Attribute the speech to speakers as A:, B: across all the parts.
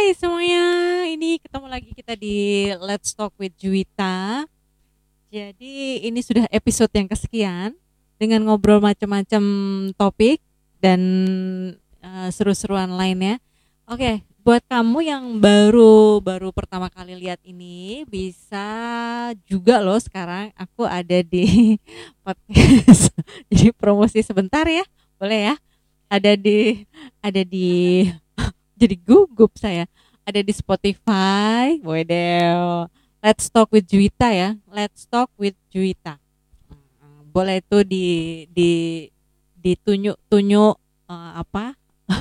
A: Hai semuanya, ini ketemu lagi kita di Let's Talk with Juwita. Jadi ini sudah episode yang kesekian dengan ngobrol macam-macam topik dan seru-seruan lainnya. Oke, buat kamu yang baru pertama kali lihat ini bisa juga loh sekarang aku ada di podcast. Jadi promosi sebentar ya, boleh ya? Ada di jadi gugup saya. Ada di Spotify, wedel. Let's Talk with Juwita ya. Let's Talk with Juwita. Boleh itu di ditunjuk-tunjuk apa?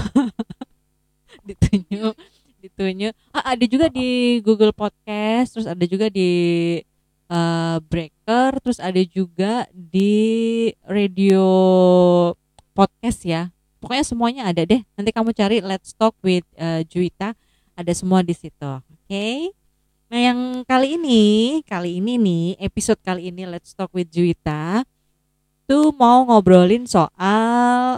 A: ditunjuk ditunjuk. Ada juga di Google Podcast, terus ada juga di Breaker, terus ada juga di radio podcast ya. Pokoknya semuanya ada deh. Nanti kamu cari Let's Talk with Juwita, ada semua di situ. Oke. Nah, yang kali ini nih, episode kali ini Let's Talk with Juwita tuh mau ngobrolin soal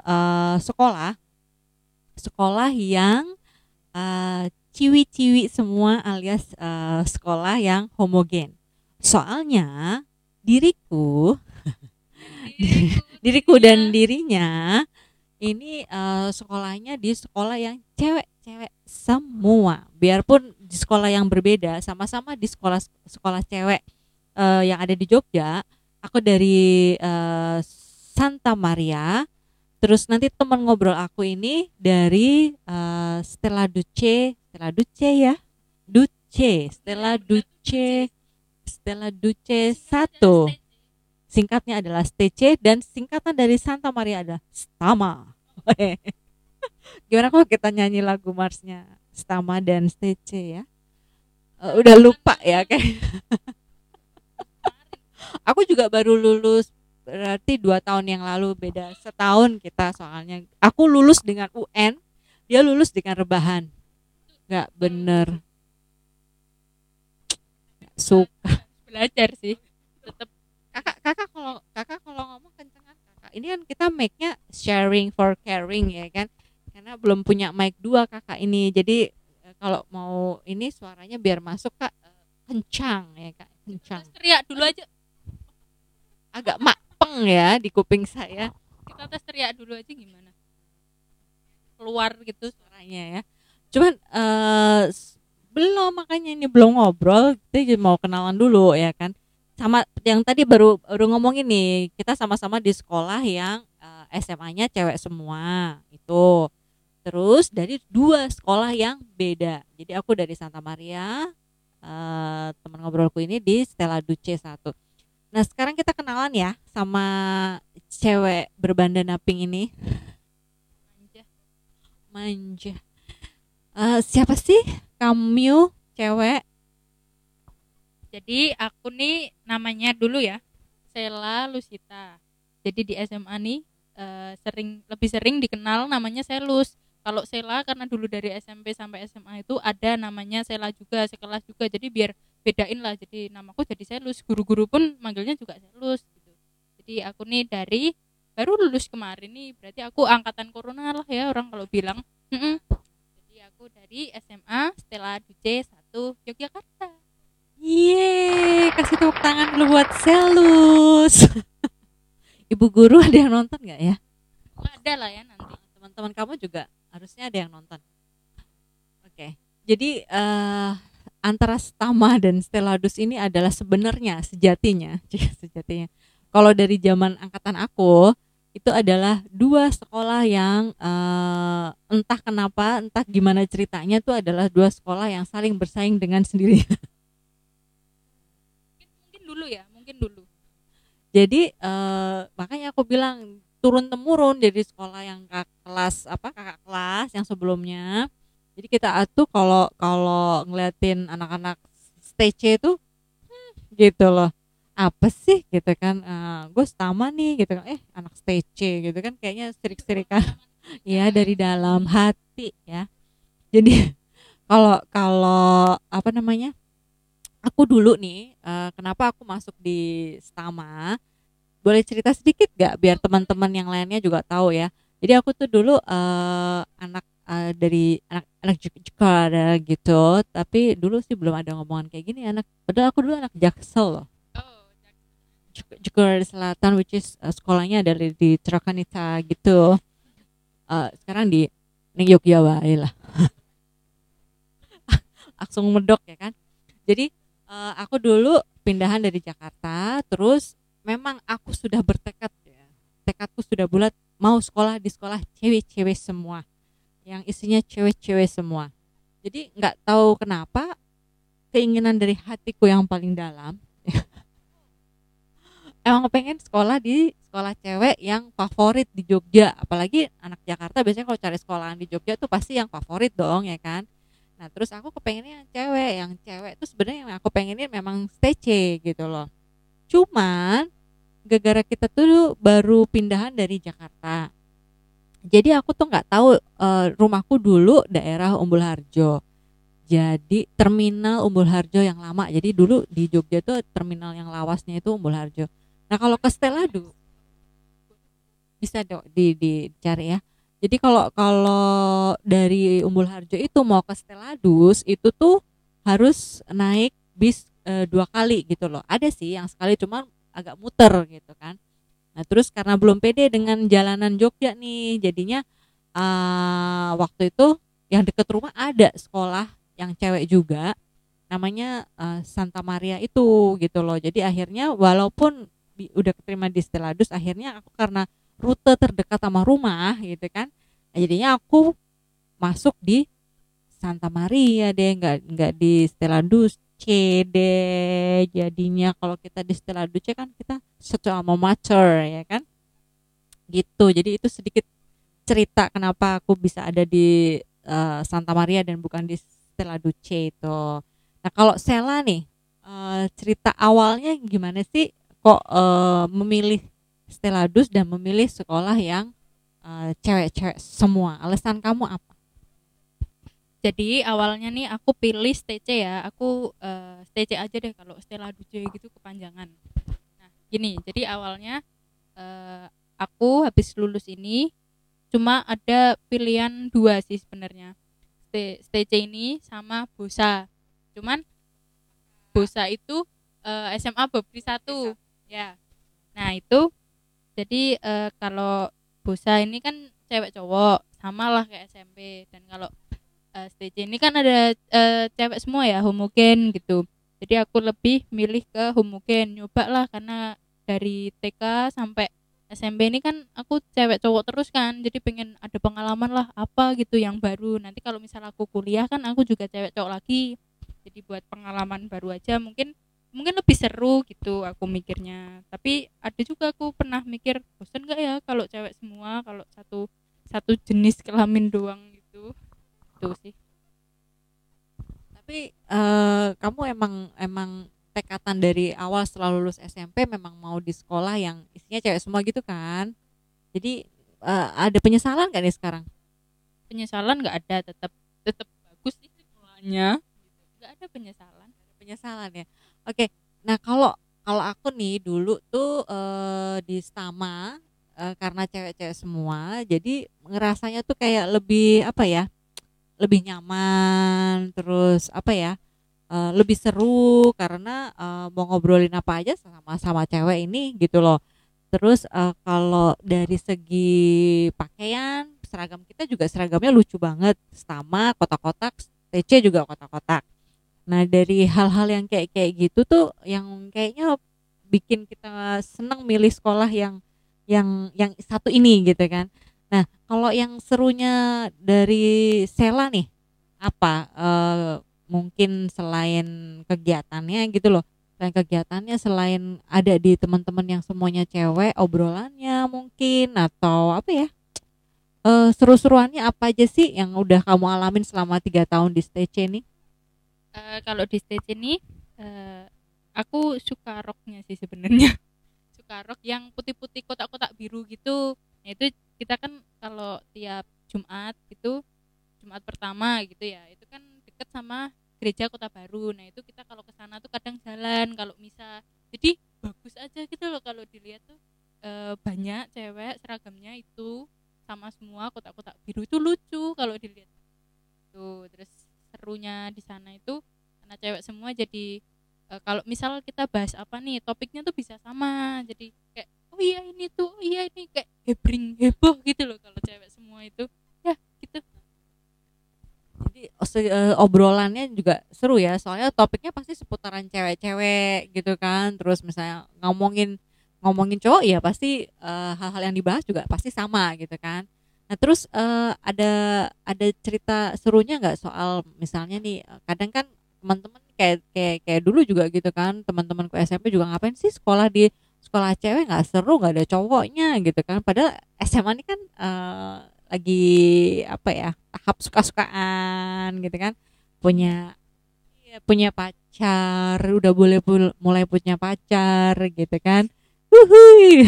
A: sekolah yang ciwi-ciwi semua alias sekolah yang homogen. Soalnya diriku diriku dan dirinya ini sekolahnya di sekolah yang cewek-cewek semua. Biarpun di sekolah yang berbeda, sama-sama di sekolah cewek yang ada di Jogja. Aku dari Santa Maria. Terus nanti teman ngobrol aku ini dari Stella Duce ya. Stella Duce 1. Singkatnya adalah STC dan singkatan dari Santa Maria adalah Stama. Gimana kalau kita nyanyi lagu marsnya Stama dan STC ya? Udah lupa ya kayak. Aku juga baru lulus berarti 2 tahun yang lalu, beda setahun kita soalnya. Aku lulus dengan UN, dia lulus dengan rebahan. Nggak bener. Suka
B: belajar sih tetap.
A: kakak kalau ngomong kencengan kakak. Ini kan kita mic-nya sharing for caring ya kan, karena belum punya mic 2 kakak ini. Jadi kalau mau ini suaranya biar masuk kak, kencang ya kak, kencang.
B: Teriak dulu aja,
A: Agak makpeng ya di kuping saya.
B: kita tes teriak dulu aja gimana keluar gitu
A: Suaranya ya. Cuman belum, makanya ini belum ngobrol, kita mau kenalan dulu ya kan. Sama yang tadi baru ngomongin nih, kita sama-sama di sekolah yang SMA-nya cewek semua itu. Terus dari 2 sekolah yang beda. Jadi aku dari Santa Maria, teman ngobrolku ini di Stella Duce 1. Nah sekarang kita kenalan ya sama cewek berbandana pink ini. Manja. Siapa sih kamu cewek?
B: Jadi aku nih namanya dulu ya Sela Lusita. Jadi di SMA nih lebih sering dikenal namanya Selus. Kalau Sela karena dulu dari SMP sampai SMA itu ada namanya Sela juga, sekelas juga. Jadi biar bedain lah, jadi namaku jadi Selus. Guru-guru pun manggilnya juga Selus gitu. Jadi aku nih dari baru lulus kemarin nih, berarti aku angkatan corona lah ya orang kalau bilang. Jadi aku dari SMA Stella Duce 1 Yogyakarta.
A: Yeay, kasih tepuk tangan dulu buat Selus. Ibu guru ada yang nonton nggak ya?
B: Ada lah ya nanti.
A: Teman-teman kamu juga harusnya ada yang nonton. Oke. Jadi antara Stama dan Stelladus ini adalah sebenarnya sejatinya. Kalau dari zaman angkatan aku itu adalah 2 sekolah yang entah kenapa, entah gimana ceritanya, itu adalah 2 sekolah yang saling bersaing dengan sendiri.
B: Mungkin dulu.
A: Jadi makanya aku bilang turun temurun dari sekolah yang kakak kelas yang sebelumnya. Jadi kita tuh kalau ngeliatin anak-anak STC itu gitu loh, apa sih gitu kan, gue Stama nih gitu kan, anak STC gitu kan, kayaknya sirik-sirikan. Ya dari dalam hati ya. Jadi kalau apa namanya, aku dulu nih kenapa aku masuk di Stama, boleh cerita sedikit gak biar teman-teman yang lainnya juga tahu ya. Jadi aku tuh dulu anak dari anak Jakarta gitu, tapi dulu sih belum ada ngomongan kayak gini anak. Padahal aku dulu anak Jaksel loh.
B: Oh,
A: Jakarta Selatan, which is sekolahnya dari di Trakanita gitu. Sekarang di Yogyakarta wae lah. Langsung medok ya kan. Jadi aku dulu pindahan dari Jakarta, terus memang aku sudah bertekad ya. Tekadku sudah bulat mau sekolah di sekolah cewek-cewek semua, yang isinya cewek-cewek semua. Jadi nggak tahu kenapa keinginan dari hatiku yang paling dalam emang pengen sekolah di sekolah cewek yang favorit di Jogja. Apalagi anak Jakarta biasanya kalau cari sekolahan di Jogja tuh pasti yang favorit dong ya kan. Nah terus aku kepengennya yang cewek tuh sebenarnya yang aku pengenin memang STC gitu loh. Cuman gara-gara kita tuh baru pindahan dari Jakarta, jadi aku tuh nggak tahu, rumahku dulu daerah Umbul Harjo. Jadi terminal Umbul Harjo yang lama. Jadi dulu di Jogja tuh terminal yang lawasnya itu Umbul Harjo. Nah kalau ke Steladu bisa dong dicari ya. Jadi kalau kalau dari Umbul Harjo itu mau ke Steladus itu tuh harus naik bis 2 kali gitu loh. Ada sih yang sekali cuman agak muter gitu kan. Nah terus karena belum pede dengan jalanan Jogja nih, jadinya waktu itu yang deket rumah ada sekolah yang cewek juga, namanya Santa Maria itu gitu loh. Jadi akhirnya walaupun udah keterima di Steladus, akhirnya aku karena rute terdekat sama rumah gitu kan, jadinya aku masuk di Santa Maria deh, nggak di Steladus C deh. Jadinya kalau kita di Steladus C kan kita satu alma mater ya kan, gitu. Jadi itu sedikit cerita kenapa aku bisa ada di Santa Maria dan bukan di Stella Duce itu. Nah kalau Sela nih, cerita awalnya gimana sih kok memilih Stella Dus dan memilih sekolah yang cewek-cewek semua? Alasan kamu apa?
B: jadi awalnya nih aku pilih STC ya. Aku STC aja deh, kalau Stella Duce gitu kepanjangan. Nah, gini, jadi awalnya aku habis lulus ini cuma ada pilihan dua sih sebenarnya. STC ini sama BOSA. Cuman BOSA itu SMA Babri 1. Ya. Nah, itu jadi kalau BOSA ini kan cewek cowok sama lah kayak SMP, dan kalau STC ini kan ada cewek semua ya, homogen gitu. Jadi aku lebih milih ke homogen, nyoba lah, karena dari TK sampai SMP ini kan aku cewek cowok terus kan, jadi pengen ada pengalaman lah apa gitu yang baru. Nanti kalau misal aku kuliah kan aku juga cewek cowok lagi, jadi buat pengalaman baru aja, mungkin mungkin lebih seru gitu aku mikirnya. Tapi ada juga aku pernah mikir bosan nggak ya kalau cewek semua, kalau satu satu jenis kelamin doang gitu. Itu sih.
A: Tapi kamu emang emang tekatan dari awal setelah lulus SMP memang mau di sekolah yang isinya cewek semua gitu kan? Jadi ada penyesalan gak nih sekarang?
B: Penyesalan nggak ada, tetap tetap bagus sih sekolahnya, nggak ada penyesalan.
A: Penyesalan ya. Oke. Nah, kalau kalau aku nih dulu tuh di Stama, karena cewek-cewek semua, jadi ngerasanya tuh kayak lebih apa ya? Lebih nyaman, terus apa ya? Lebih seru karena mau ngobrolin apa aja sama-sama cewek ini gitu loh. Terus kalau dari segi pakaian, seragam kita juga seragamnya lucu banget, Stama kotak-kotak, TC juga kotak-kotak. Nah, dari hal-hal yang kayak kayak gitu tuh yang kayaknya bikin kita seneng milih sekolah yang satu ini gitu kan. Nah, kalau yang serunya dari Sela nih apa? Mungkin selain kegiatannya gitu loh. Selain kegiatannya, selain ada di teman-teman yang semuanya cewek, obrolannya mungkin atau apa ya? Seru-seruannya apa aja sih yang udah kamu alamin selama 3 tahun di stage ini?
B: Kalau di stage ini eh, aku suka roknya sih sebenarnya. Suka rok yang putih-putih kotak-kotak biru gitu. Nah, itu kita kan kalau tiap Jumat gitu, Jumat pertama gitu ya, itu kan deket sama gereja Kota Baru. Nah, itu kita kalau ke sana tuh kadang jalan kalau bisa. Jadi bagus aja gitu loh kalau dilihat tuh banyak cewek seragamnya itu. sama semua, kotak-kotak biru itu lucu kalau dilihat tuh. Terus serunya di sana itu karena cewek semua, jadi kalau misal kita bahas apa nih, topiknya tuh bisa sama, jadi kayak oh iya ini tuh, oh iya ini, kayak heboh gitu loh kalau cewek semua itu ya gitu.
A: Jadi obrolannya juga seru ya, soalnya topiknya pasti seputaran cewek-cewek gitu kan. Terus misalnya ngomongin ngomongin cowok ya pasti hal-hal yang dibahas juga pasti sama gitu kan. Nah terus ada cerita serunya nggak soal misalnya nih, kadang kan teman-teman kayak kayak kayak dulu juga gitu kan, teman-temanku SMP juga ngapain sih sekolah di sekolah cewek, nggak seru, nggak ada cowoknya gitu kan. Padahal SMA ini kan lagi apa ya, tahap suka-sukaan gitu kan,
B: Iya.
A: punya iya, punya pacar, udah boleh mulai punya pacar gitu kan. Wuhui.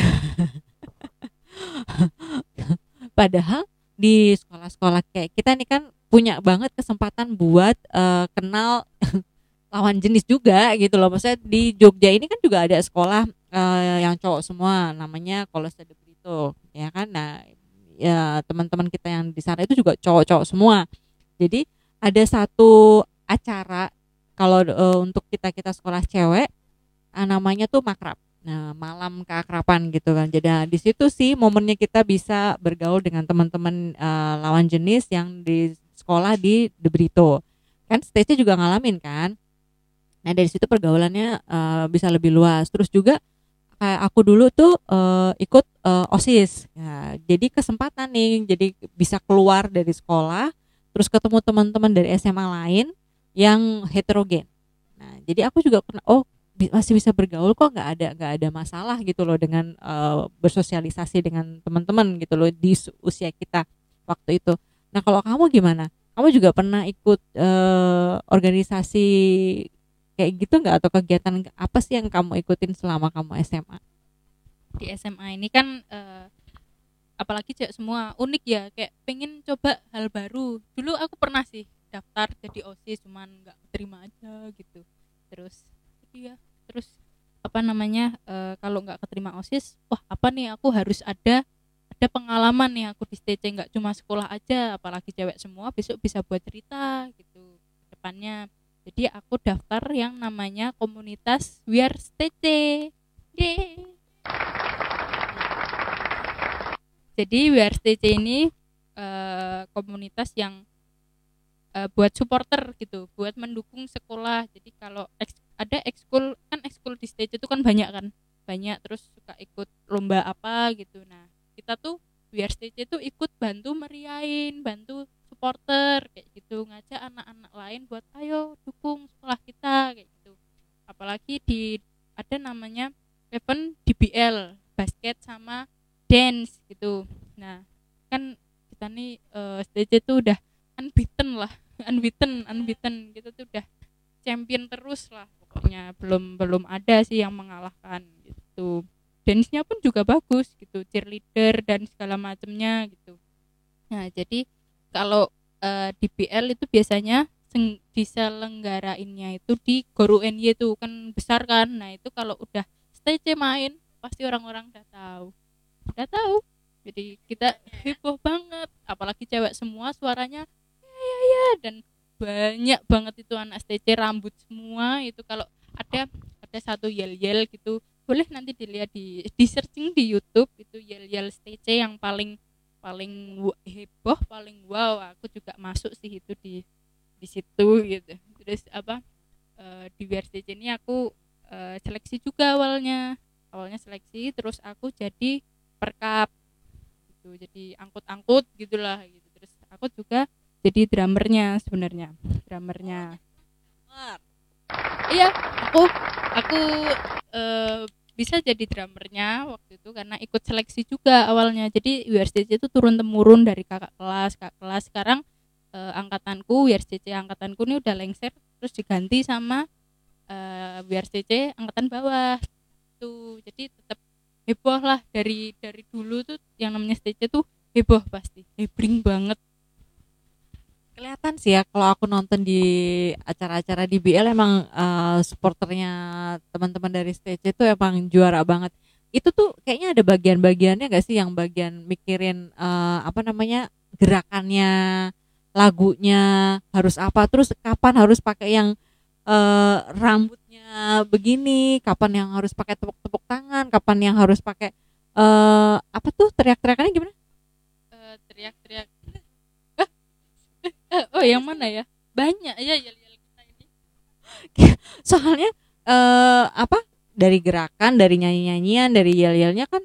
A: Padahal di sekolah-sekolah kayak kita nih kan punya banget kesempatan buat kenal lawan jenis juga gitu loh. Maksudnya di Jogja ini kan juga ada sekolah yang cowok semua, namanya Kolose de Brito ya kan. Nah ya teman-teman kita yang di sana itu juga cowok-cowok semua. Jadi ada satu acara kalau untuk kita kita sekolah cewek, namanya tuh makrab. Nah, malam keakraban gitu kan. Jadi di situ sih momennya kita bisa bergaul dengan teman-teman lawan jenis yang di sekolah di De Brito. Kan stage-nya juga ngalamin kan. Nah, dari situ pergaulannya bisa lebih luas. Terus juga kayak aku dulu tuh ikut OSIS. Ya, jadi kesempatan nih, jadi bisa keluar dari sekolah, terus ketemu teman-teman dari SMA lain yang heterogen. Nah, jadi aku juga pernah, oh masih bisa bergaul kok, nggak ada masalah gitu loh dengan bersosialisasi dengan teman-teman gitu loh di usia kita waktu itu. Nah, kalau kamu gimana? Kamu juga pernah ikut organisasi kayak gitu nggak, atau kegiatan apa sih yang kamu ikutin selama kamu SMA?
B: Di SMA ini kan apalagi cewek semua unik ya, kayak pengen coba hal baru. Dulu aku pernah sih daftar jadi OSIS, cuman nggak terima aja gitu. Terus iya, terus apa namanya, kalau nggak keterima OSIS, wah apa nih, aku harus ada pengalaman nih aku di STC, nggak cuma sekolah aja, apalagi cewek semua besok bisa buat cerita gitu ke depannya. Jadi aku daftar yang namanya komunitas We Are STC. Yeay. Jadi WRTC ini komunitas yang buat supporter gitu, buat mendukung sekolah. Jadi kalau ada ekskul, kan ekskul di stage itu kan banyak kan, banyak, terus suka ikut lomba apa gitu. Nah kita tuh WRTC itu ikut bantu meriain, bantu supporter kayak gitu, ngajak anak-anak lain buat ayo dukung sekolah kita kayak gitu. Apalagi ada namanya event DBL, basket sama dance gitu. Nah kan kita nih STC tuh udah unbeaten lah, unbeaten gitu tuh, udah champion terus lah pokoknya, belum belum ada sih yang mengalahkan gitu. Dance-nya pun juga bagus gitu, cheerleader dan segala macamnya gitu. Nah jadi kalau DBL itu biasanya diselenggarainnya itu di Gor UNY, itu kan besar kan. Nah itu kalau udah STC main pasti orang-orang udah tahu, jadi kita heboh banget, apalagi cewek semua suaranya ya dan banyak banget itu anak STC rambut semua itu. Kalau ada satu yel gitu, boleh nanti dilihat di searching di YouTube, itu yel STC yang paling paling heboh, paling wow. Aku juga masuk sih itu di situ gitu. Terus apa, di WRCC ini aku seleksi juga awalnya seleksi, terus aku jadi perkap gitu, jadi angkut gitulah gitu. Terus aku juga jadi drummernya. Iya, aku bisa jadi drummernya waktu itu karena ikut seleksi juga awalnya. Jadi WRCC itu turun temurun dari kakak kelas. Sekarang angkatanku, WRCC angkatanku ini udah lengser, terus diganti sama WRCC angkatan bawah tuh. Jadi tetap heboh lah, dari dulu tuh yang namanya STC tuh heboh, pasti hebring banget.
A: Kelihatan sih ya kalau aku nonton di acara-acara di BL, emang supporternya teman-teman dari stage itu emang juara banget. itu tuh kayaknya ada bagian-bagiannya gak sih yang bagian mikirin apa namanya gerakannya, lagunya harus apa, terus kapan harus pakai yang rambutnya begini, kapan yang harus pakai tepuk-tepuk tangan, kapan yang harus pakai apa tuh teriak-teriakannya gimana?
B: Teriak-teriak. Oh yang mana ya? Banyak ya yel-yel kita ini.
A: Soalnya apa dari gerakan, dari nyanyi-nyanyian, dari yel-yelnya kan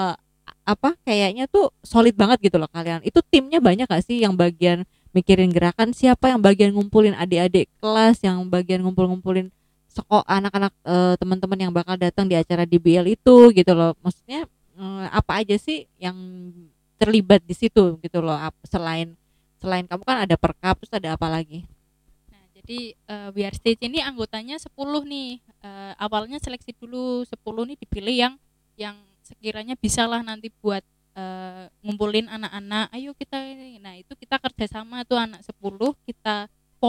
A: apa kayaknya tuh solid banget gitu loh kalian. Itu timnya banyak gak sih yang bagian mikirin gerakan, siapa yang bagian ngumpulin adik-adik kelas, yang bagian ngumpul-ngumpulin anak-anak teman-teman yang bakal datang di acara DBL itu gitu loh. Maksudnya apa aja sih yang terlibat di situ gitu loh, selain selain kamu kan ada perkap, terus ada apa lagi?
B: Nah, jadi We Are Stage ini anggotanya 10 nih. Awalnya seleksi dulu 10 nih, dipilih yang sekiranya bisalah nanti buat ngumpulin anak-anak. Ayo kita ini. Nah, itu kita kerjasama tuh anak 10, kita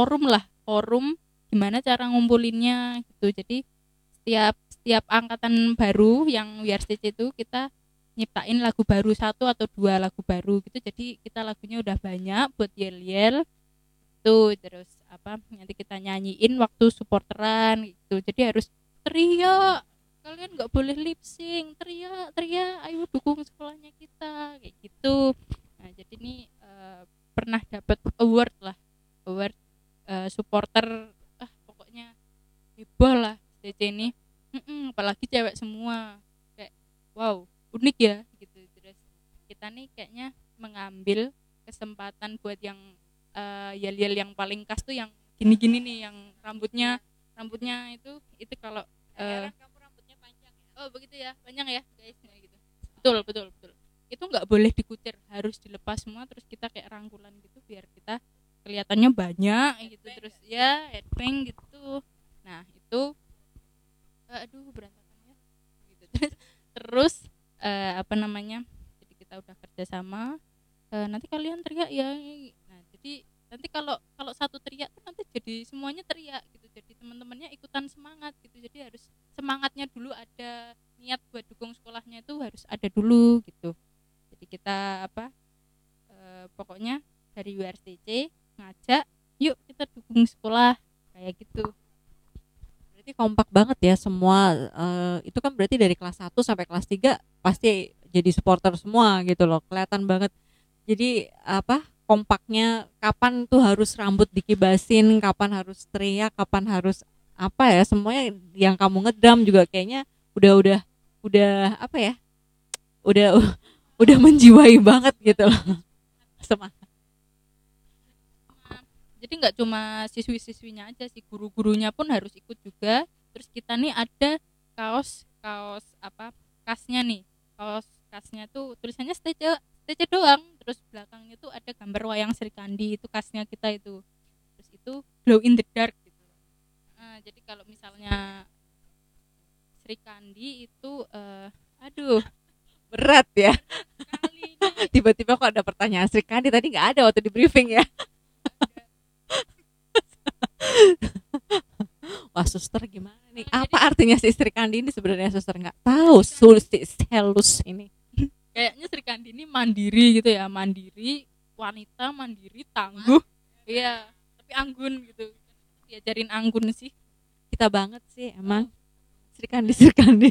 B: forum gimana cara ngumpulinnya gitu. Jadi setiap angkatan baru yang We Are Stage itu kita nyiptain lagu baru, 1 atau 2 lagu baru gitu. Jadi kita lagunya udah banyak buat yel-yel tuh, terus apa nanti kita nyanyiin waktu supporteran gitu. Jadi harus teriak, kalian nggak boleh lip sync, teriak teriak, ayo dukung sekolahnya kita kayak gitu. Nah jadi ini pernah dapat award supporter, pokoknya heboh lah DC ini. Apalagi cewek semua, kayak wow unik ya gitu. Terus kita nih kayaknya mengambil kesempatan buat yang yel-yel yang paling khas tuh yang gini-gini nih, yang rambutnya itu kalau
A: Kamu rambutnya panjang ya?
B: oh begitu ya, panjang ya guys, nah, gitu. Betul itu nggak boleh dikutir, harus dilepas semua, terus kita kayak rangkulan gitu biar kita kelihatannya banyak gitu, terus ya headbang gitu. Nah itu aduh berantakan ya gitu. Terus apa namanya, jadi kita udah kerja sama, nanti kalian teriak ya. Nah jadi nanti kalau kalau satu teriak tuh nanti jadi semuanya teriak gitu, jadi teman-temannya ikutan semangat gitu. Jadi harus semangatnya dulu ada, niat buat dukung sekolahnya itu harus ada dulu gitu. Jadi kita apa pokoknya dari WRTC ngajak yuk kita dukung sekolah kayak gitu.
A: Berarti kompak banget ya semua, itu kan berarti dari kelas 1 sampai kelas 3 pasti jadi supporter semua gitu loh, kelihatan banget. Jadi apa kompaknya, kapan tuh harus rambut dikibasin, kapan harus teriak, kapan harus apa ya, semuanya yang kamu ngedram juga kayaknya udah apa ya, udah udah menjiwai banget gitu loh. Semangat.
B: Jadi nggak cuma siswi-siswinya aja sih, guru-gurunya pun harus ikut juga. Terus kita nih ada kaos apa kasnya nih, kaos kasnya tuh tulisannya stage doang, terus belakangnya tuh ada gambar wayang Sri Kandi, itu kasnya kita itu. Terus itu glow in the dark gitu. Nah, jadi kalau misalnya Sri Kandi itu aduh
A: Berat ya.
B: kali
A: Tiba-tiba kok ada pertanyaan Sri Kandi, tadi nggak ada waktu di briefing ya. Wah suster gimana nih, apa artinya si Sri Kandi ini sebenarnya, suster nggak tahu halus ini.
B: kayaknya Sri Kandi ini mandiri gitu ya, mandiri, wanita mandiri, tangguh. Iya, tapi anggun gitu. Diajarin anggun sih.
A: Kita banget sih emang. Sri Kandi.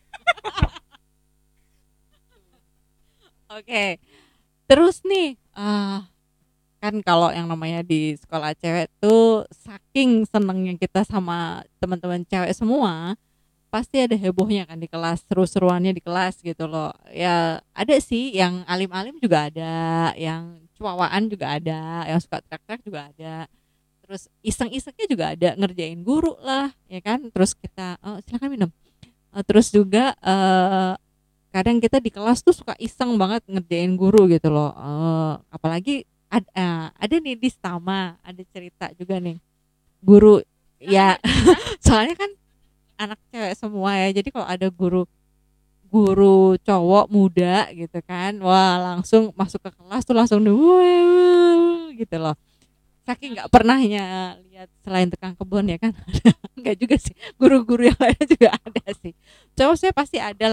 A: Oke. Terus nih, kan kalau yang namanya di sekolah cewek tuh saking senengnya kita sama teman-teman cewek semua, pasti ada hebohnya kan di kelas, seru-seruannya di kelas gitu loh. Ya ada sih yang alim-alim juga ada, yang cuawaan juga ada, yang suka teriak-teriak juga ada. Terus iseng-isengnya juga ada, ngerjain guru lah, ya kan. Terus kita, oh, silakan minum. Terus juga kadang kita di kelas tuh suka iseng banget ngerjain guru gitu loh. Apalagi ada nih di Stama, ada cerita juga nih guru ya. Soalnya kan anak cewek semua ya, jadi kalau ada guru cowok muda gitu kan, wah langsung masuk ke kelas tuh langsung gitu loh. Saking nggak pernahnya lihat selain tukang kebun ya kan. Enggak juga sih, guru-guru yang lain juga ada sih. Cowok saya pasti ada lah,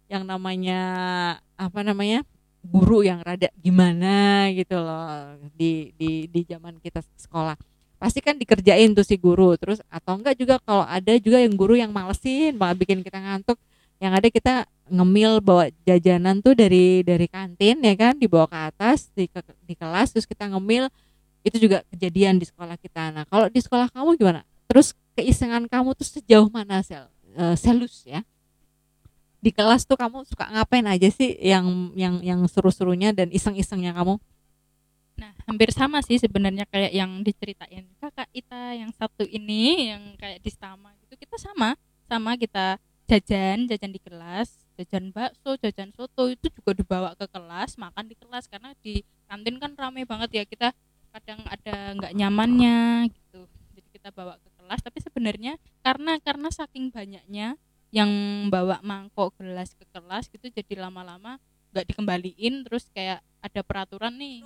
A: yang namanya apa namanya guru yang rada gimana gitu loh di zaman kita sekolah. Pasti kan dikerjain tuh si guru, terus atau enggak juga kalau ada juga yang guru yang malesin malah bikin kita ngantuk, yang ada kita ngemil bawa jajanan tuh dari kantin ya kan, dibawa ke atas di kelas terus kita ngemil. Itu juga kejadian di sekolah kita. Nah kalau di sekolah kamu gimana, terus keisengan kamu tuh sejauh mana Selus ya, di kelas tuh kamu suka ngapain aja sih yang seru-serunya dan iseng-isengnya kamu?
B: Nah, hampir sama sih sebenarnya kayak yang diceritain kakak Ita yang satu ini, yang kayak di Stama gitu. Kita sama, sama kita jajan di kelas, jajan bakso, jajan soto itu juga dibawa ke kelas, makan di kelas karena di kantin kan ramai banget ya, kita kadang ada nggak nyamannya gitu. Jadi kita bawa ke kelas, tapi sebenarnya karena saking banyaknya yang bawa mangkok gelas ke kelas gitu, jadi lama-lama nggak dikembaliin, terus kayak ada peraturan nih.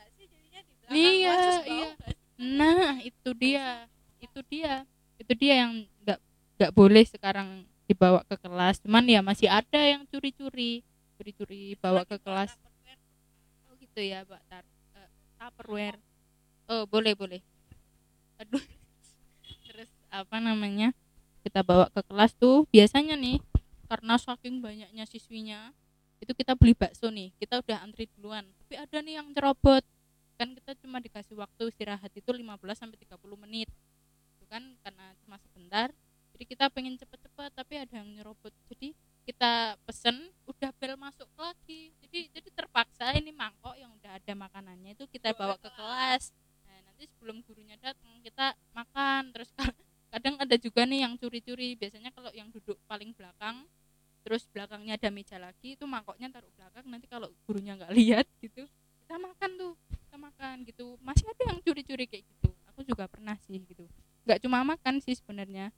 B: Iya, iya. Nah, itu dia yang nggak boleh sekarang dibawa ke kelas. Cuman ya masih ada yang curi-curi bawa ke kelas. Oh gitu ya, Pak. Tupperware. Oh, boleh, boleh. Aduh. Terus apa namanya? Kita bawa ke kelas tuh biasanya nih, karena saking banyaknya siswinya, itu kita beli bakso nih. Kita udah antri duluan. Tapi ada nih yang cerobot, kan kita cuma dikasih waktu istirahat itu 15 sampai 30 menit itu kan, karena cuma sebentar jadi kita pengen cepet-cepet tapi ada yang nyerobot, jadi kita pesen udah bel masuk lagi, jadi terpaksa ini mangkok yang udah ada makanannya itu kita bawa ke kelas. Nah nanti sebelum gurunya datang kita makan. Terus kadang ada juga nih yang curi-curi, biasanya kalau yang duduk paling belakang terus belakangnya ada meja lagi, itu mangkoknya taruh belakang, nanti kalau gurunya nggak lihat gitu kita makan tuh, kita makan gitu. Masih ada yang curi-curi kayak gitu, aku juga pernah sih gitu. Nggak cuma makan sih sebenarnya,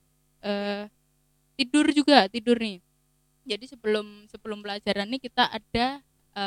B: tidur nih. Jadi sebelum sebelum pelajaran nih kita ada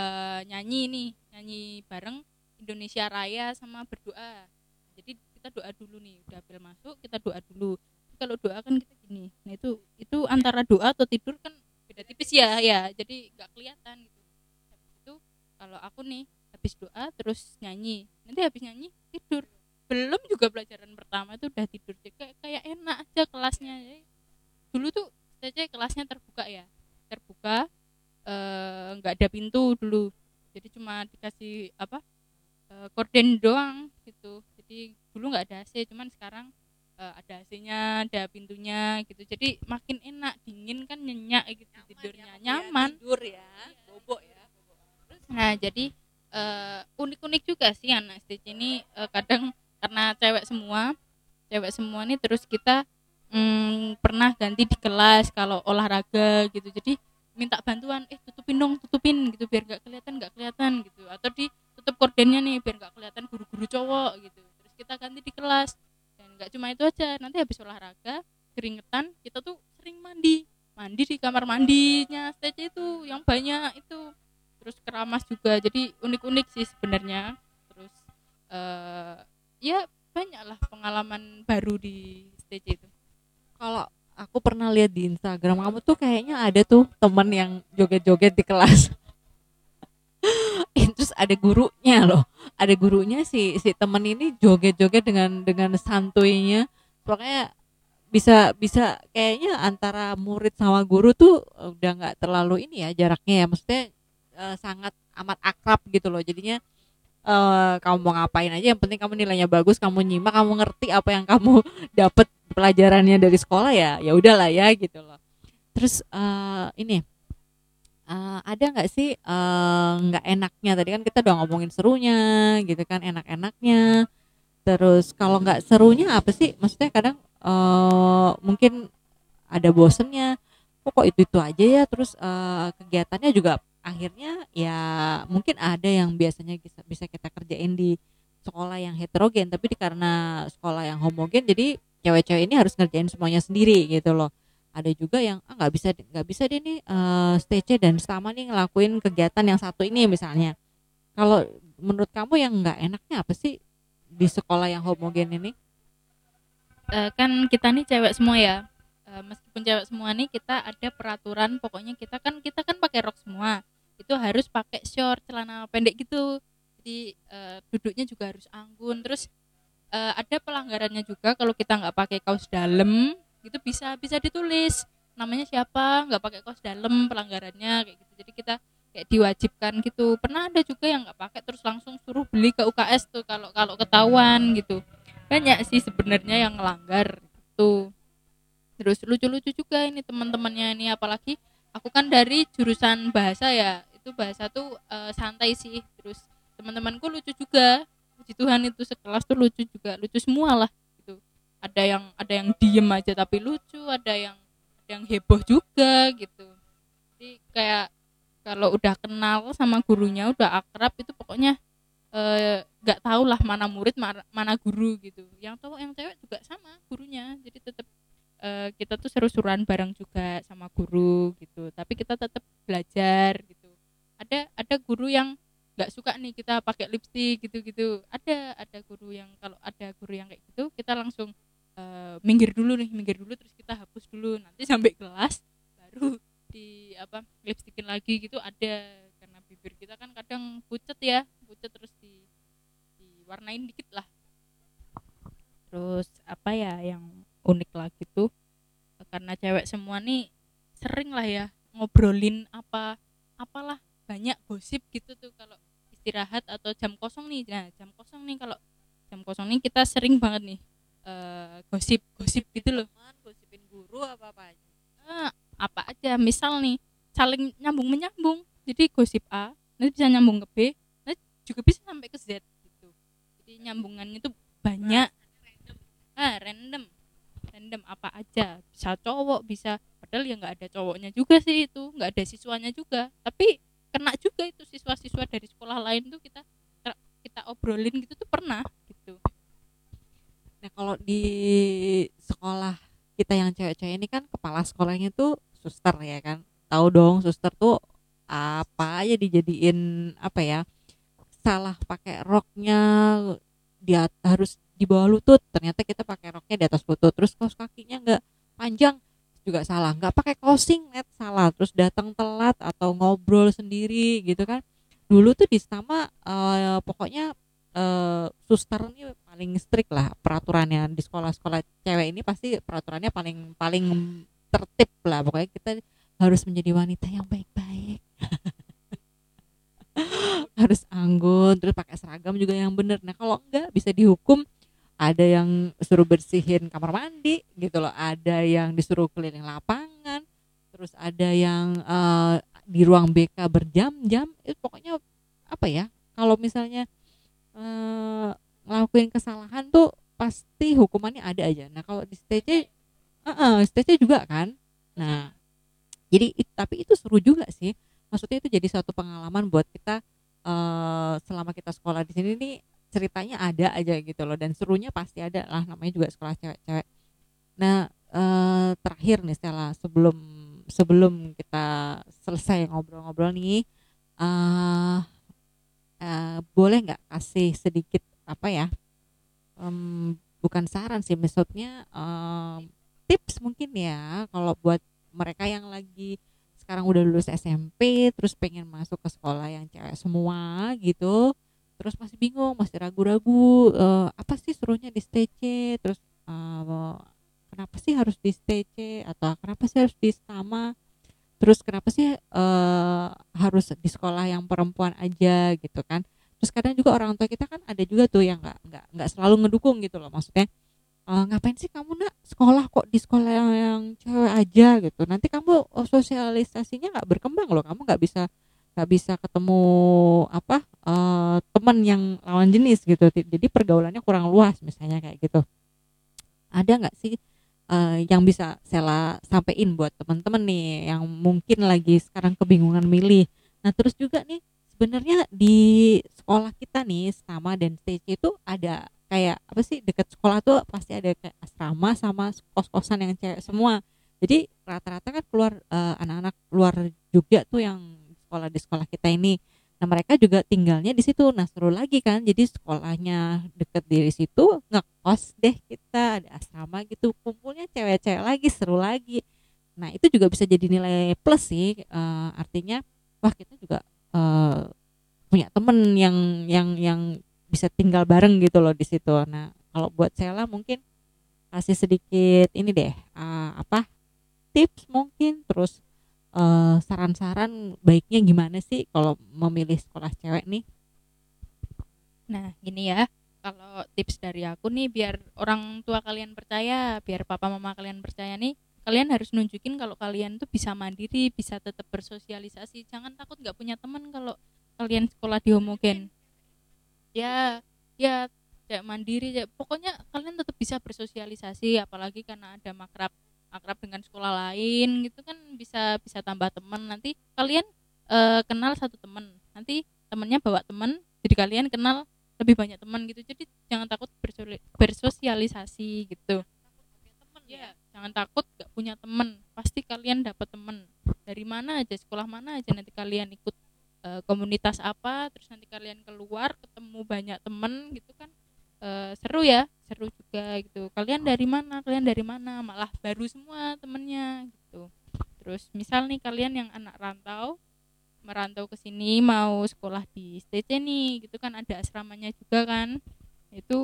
B: nyanyi bareng Indonesia Raya sama berdoa. Jadi kita doa dulu nih, udah bel masuk kita doa dulu. Kalau doa kan kita gini, nah itu antara doa atau tidur kan beda tipis ya, jadi nggak kelihatan gitu. Habis itu kalau aku nih habis doa terus nyanyi, nanti habis nyanyi tidur. Belum juga pelajaran pertama itu udah tidur, jadi kayak enak aja kelasnya. Jadi dulu tuh saja kelasnya terbuka ya, terbuka, nggak ada pintu dulu, jadi cuma dikasih korden doang gitu. Jadi dulu nggak ada AC, cuman sekarang ada AC-nya, ada pintunya gitu, jadi makin enak, dingin kan nyenyak gitu, nyaman, tidurnya nyaman
A: tidur ya, bobok ya.
B: Nah jadi unik-unik juga sih anak STC ini, kadang karena cewek semua nih, terus kita pernah ganti di kelas kalau olahraga gitu, jadi minta bantuan, tutupin gitu biar nggak kelihatan gitu, atau ditutup kordennya nih biar nggak kelihatan guru-guru cowok gitu. Terus kita ganti di kelas. Dan nggak cuma itu aja, nanti habis olahraga keringetan kita tuh sering mandi di kamar mandinya STC itu yang banyak itu, terus keramas juga, jadi unik-unik sih sebenarnya. Terus ya banyak lah pengalaman baru di STC itu.
A: Kalau aku pernah lihat di Instagram kamu tuh kayaknya ada tuh temen yang joget-joget di kelas. Terus ada gurunya loh, ada gurunya si temen ini joget-joget dengan santuinya, pokoknya bisa bisa kayaknya antara murid sama guru tuh udah nggak terlalu ini ya jaraknya ya, maksudnya sangat amat akrab gitu loh, jadinya kamu mau ngapain aja yang penting kamu nilainya bagus, kamu nyimak, kamu ngerti apa yang kamu dapat pelajarannya dari sekolah, ya udahlah ya gitu loh. Terus ini ada nggak sih nggak enaknya, tadi kan kita udah ngomongin serunya gitu kan, enak-enaknya. Terus kalau nggak serunya apa sih, maksudnya kadang mungkin ada bosennya, kok itu aja ya. Terus kegiatannya juga akhirnya ya mungkin ada yang biasanya bisa kita kerjain di sekolah yang heterogen, tapi karena sekolah yang homogen jadi cewek-cewek ini harus ngerjain semuanya sendiri gitu loh. Ada juga yang nggak bisa deh nih STC dan Stama nih ngelakuin kegiatan yang satu ini misalnya. Kalau menurut kamu yang nggak enaknya apa sih di sekolah yang homogen ini?
B: Kan kita nih cewek semua ya, meskipun cewek semua nih kita ada peraturan, pokoknya kita kan pakai rok semua, itu harus pakai short celana pendek gitu. Jadi duduknya juga harus anggun. Terus ada pelanggarannya juga kalau kita nggak pakai kaos dalam gitu, bisa bisa ditulis namanya siapa, nggak pakai kaos dalam pelanggarannya kayak gitu. Jadi kita kayak diwajibkan gitu. Pernah ada juga yang nggak pakai terus langsung suruh beli ke UKS tuh kalau kalau ketahuan gitu. Banyak sih sebenarnya yang ngelanggar gitu. Terus lucu-lucu juga ini teman-temannya ini, apalagi aku kan dari jurusan bahasa ya, itu bahasa tuh santai sih. Terus teman-temanku lucu juga, puji Tuhan itu sekelas tuh lucu juga, lucu semua lah gitu. Ada yang diem aja tapi lucu, ada yang heboh juga gitu. Jadi kayak kalau udah kenal sama gurunya, udah akrab itu pokoknya nggak tahu lah mana murid mana guru gitu. Yang cowok yang cewek juga sama gurunya, jadi tetap kita tuh seru-seruan bareng juga sama guru gitu, tapi kita tetap belajar gitu. Ada guru yang nggak suka nih kita pakai lipstik gitu-gitu, ada guru yang kalau ada guru yang kayak gitu kita langsung minggir dulu terus kita hapus dulu, nanti sampai kelas baru di apa lipstikin lagi gitu. Ada, karena bibir kita kan kadang pucet ya, pucet terus diwarnain dikit lah. Terus apa ya yang unik lagi tuh, karena cewek semua nih sering lah ya ngobrolin apalah, banyak gosip gitu tuh kalau istirahat atau jam kosong nih. Nah jam kosong nih, kalau jam kosong nih kita sering banget nih gosip gitu loh.
A: Gosipin guru apa aja.
B: Apa aja, misal nih saling nyambung menyambung, jadi gosip A nanti bisa nyambung ke B, nanti juga bisa sampai ke Z gitu. Jadi nyambungannya tuh banyak. Random apa aja, bisa cowok bisa, padahal ya nggak ada cowoknya juga sih, itu nggak ada siswanya juga, tapi kena juga itu siswa-siswa dari sekolah lain tuh kita obrolin gitu tuh pernah gitu.
A: Nah, kalau di sekolah kita yang cewek-cewek ini kan kepala sekolahnya tuh suster ya kan. Tahu dong suster tuh apa aja dijadiin apa ya? Salah pakai roknya dia harus di bawah lutut. Ternyata kita pakai roknya di atas lutut. Terus kaos kakinya enggak panjang juga salah. Enggak pakai kaosing net salah. Terus datang telat atau ngobrol sendiri gitu kan. Dulu tuh di Stama pokoknya suster ini paling strict lah peraturannya di sekolah-sekolah cewek ini, pasti peraturannya paling paling tertib lah, pokoknya kita harus menjadi wanita yang baik-baik. Harus anggun, terus pakai seragam juga yang bener. Nah kalau enggak bisa dihukum, ada yang suruh bersihin kamar mandi gitu loh, ada yang disuruh keliling lapangan, terus ada yang di ruang BK berjam-jam. Itu pokoknya apa ya, kalau misalnya ngelakuin kesalahan tuh pasti hukumannya ada aja. Nah kalau di STC STC juga kan. Nah jadi tapi itu seru juga sih, maksudnya itu jadi suatu pengalaman buat kita selama kita sekolah di sini nih, ceritanya ada aja gitu loh, dan serunya pasti ada lah, namanya juga sekolah cewek-cewek. Nah terakhir nih Stella, sebelum sebelum kita selesai ngobrol-ngobrol nih, eh boleh nggak kasih sedikit apa ya, bukan saran sih maksudnya, tips mungkin ya, kalau buat mereka yang lagi sekarang udah lulus SMP terus pengen masuk ke sekolah yang cewek semua gitu, terus masih bingung, masih ragu-ragu, apa sih serunya di STC, terus kenapa sih harus di STC atau kenapa sih harus di Stama, terus kenapa sih harus di sekolah yang perempuan aja gitu kan. Terus kadang juga orang tua kita kan ada juga tuh yang nggak selalu ngedukung gitu loh, maksudnya ngapain sih kamu nak sekolah kok di sekolah yang cewek aja gitu, nanti kamu sosialisasinya nggak berkembang loh, kamu nggak bisa ketemu apa teman yang lawan jenis gitu, jadi pergaulannya kurang luas misalnya kayak gitu. Ada nggak sih yang bisa Sela sampein buat teman-teman nih yang mungkin lagi sekarang kebingungan milih. Nah terus juga nih sebenarnya di sekolah kita nih Stama dan STC itu ada kayak apa sih, dekat sekolah tuh pasti ada kayak asrama sama kos-kosan yang cewek semua. Jadi rata-rata kan keluar anak-anak luar juga tuh yang sekolah di sekolah kita ini. Nah mereka juga tinggalnya di situ. Nah seru lagi kan, jadi sekolahnya deket di situ, ngekos deh kita, ada asrama gitu, kumpulnya cewek-cewek lagi, seru lagi. Nah itu juga bisa jadi nilai plus sih, artinya wah kita juga eh, punya temen yang bisa tinggal bareng gitu loh di situ. Nah kalau buat Sela mungkin kasih sedikit ini deh, apa tips mungkin, terus saran-saran baiknya gimana sih kalau memilih sekolah cewek nih?
B: Nah, gini ya. Kalau tips dari aku nih biar orang tua kalian percaya, biar papa mama kalian percaya nih, kalian harus nunjukin kalau kalian tuh bisa mandiri, bisa tetap bersosialisasi. Jangan takut nggak punya teman kalau kalian sekolah di homogen. Ya, ya kayak mandiri ya. Pokoknya kalian tetap bisa bersosialisasi, apalagi karena ada makrab makrab dengan sekolah lain gitu kan, bisa bisa tambah teman. Nanti kalian kenal satu teman, nanti temennya bawa teman, jadi kalian kenal lebih banyak teman gitu. Jadi jangan takut bersosialisasi gitu. Ya, jangan takut gak punya teman, pasti kalian dapat teman dari mana aja, sekolah mana aja, nanti kalian ikut komunitas apa, terus nanti kalian keluar ketemu banyak teman gitu kan. Seru ya, seru juga gitu. Kalian dari mana, malah baru semua temennya gitu. Terus misal nih kalian yang anak rantau, merantau ke sini mau sekolah di STC nih gitu kan, ada asramanya juga kan. Itu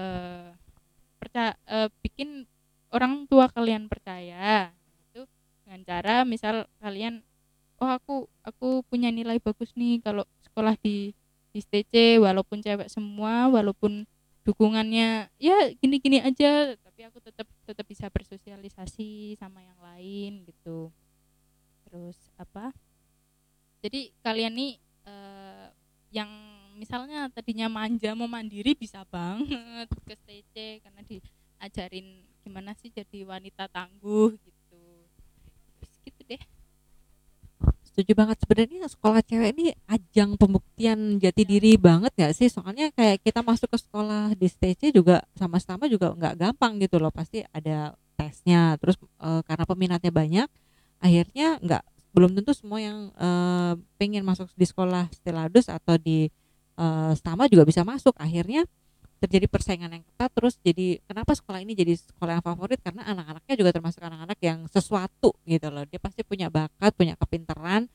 B: bikin orang tua kalian percaya itu dengan cara misal kalian, oh aku punya nilai bagus nih kalau sekolah di STC, walaupun cewek semua, walaupun dukungannya ya gini-gini aja, tapi aku tetap tetap bisa bersosialisasi sama yang lain gitu. Terus apa, jadi kalian nih yang misalnya tadinya manja mau mandiri bisa banget ke STC karena diajarin gimana sih jadi wanita tangguh gitu. Terus gitu deh.
A: Setuju banget, sebenarnya sekolah cewek ini ajang pembuktian jati diri banget gak sih? Soalnya kayak kita masuk ke sekolah di STC juga sama-sama juga nggak gampang gitu loh, pasti ada tesnya. Terus karena peminatnya banyak, akhirnya nggak, belum tentu semua yang pengen masuk di sekolah Steladus atau di Stama juga bisa masuk. Akhirnya terjadi persaingan yang ketat, terus jadi kenapa sekolah ini jadi sekolah yang favorit, karena anak-anaknya juga termasuk anak-anak yang sesuatu gitu loh, dia pasti punya bakat, punya kepintaran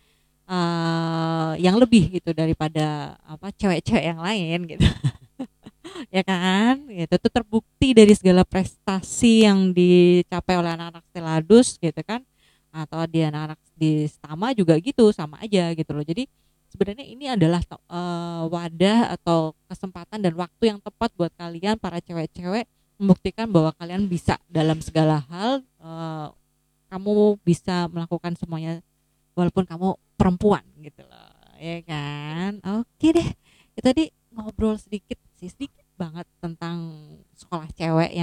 A: yang lebih gitu daripada apa cewek-cewek yang lain gitu. Ya kan, gitu itu terbukti dari segala prestasi yang dicapai oleh anak-anak Steladus gitu kan, atau di anak-anak di Stama juga gitu, sama aja gitu loh. Jadi sebenarnya ini adalah wadah atau kesempatan dan waktu yang tepat buat kalian para cewek-cewek membuktikan bahwa kalian bisa dalam segala hal. Kamu bisa melakukan semuanya walaupun kamu perempuan gitu loh, ya kan. Oke deh, itu tadi ngobrol sedikit sih, sedikit banget tentang sekolah cewek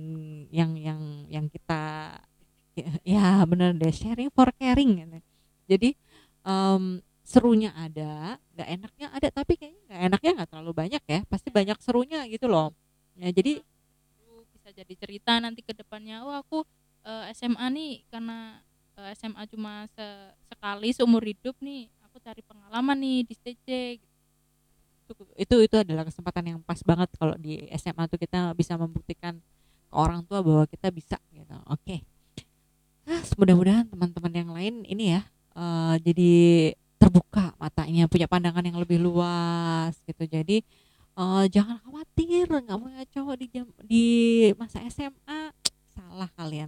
A: yang kita ya bener deh, sharing for caring gitu. Jadi serunya ada, nggak enaknya ada, tapi kayaknya nggak enaknya nggak terlalu banyak ya, pasti banyak serunya gitu loh. Ya jadi
B: Bisa jadi cerita nanti ke depannya, oh aku SMA nih karena SMA cuma sekali seumur hidup nih, aku cari pengalaman nih di STC gitu.
A: itu adalah kesempatan yang pas banget kalau di SMA tuh kita bisa membuktikan ke orang tua bahwa kita bisa gitu. Oke. Mudah-mudahan teman-teman yang lain ini ya jadi terbuka matanya, punya pandangan yang lebih luas gitu. Jadi jangan khawatir nggak punya cowok di masa SMA. Salah kalian.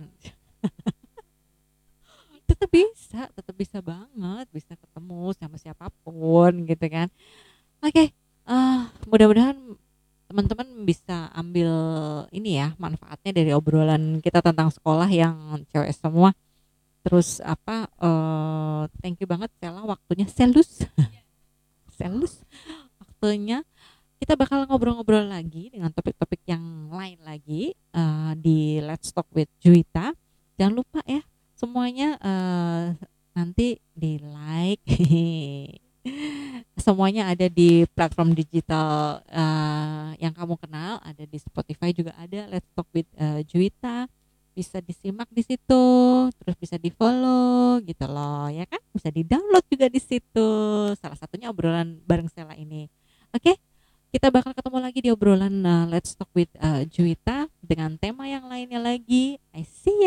A: Tetap bisa banget, bisa ketemu sama siapapun gitu kan. Oke, mudah-mudahan teman-teman bisa ambil ini ya manfaatnya dari obrolan kita tentang sekolah yang cewek semua. Terus apa? Thank you banget Sela, waktunya Selus, Selus, waktunya. Kita bakal ngobrol-ngobrol lagi dengan topik-topik yang lain lagi di Let's Talk with Juwita. Jangan lupa ya semuanya nanti di like. Semuanya ada di platform digital yang kamu kenal, ada di Spotify juga ada Let's Talk with Juwita. bisa disimak di situ, terus bisa di-follow gitu loh, ya kan? Bisa di-download juga di situ. Salah satunya obrolan bareng Sela ini. Oke, kita bakal ketemu lagi di obrolan Let's Talk with Juwita dengan tema yang lainnya lagi. I see ya.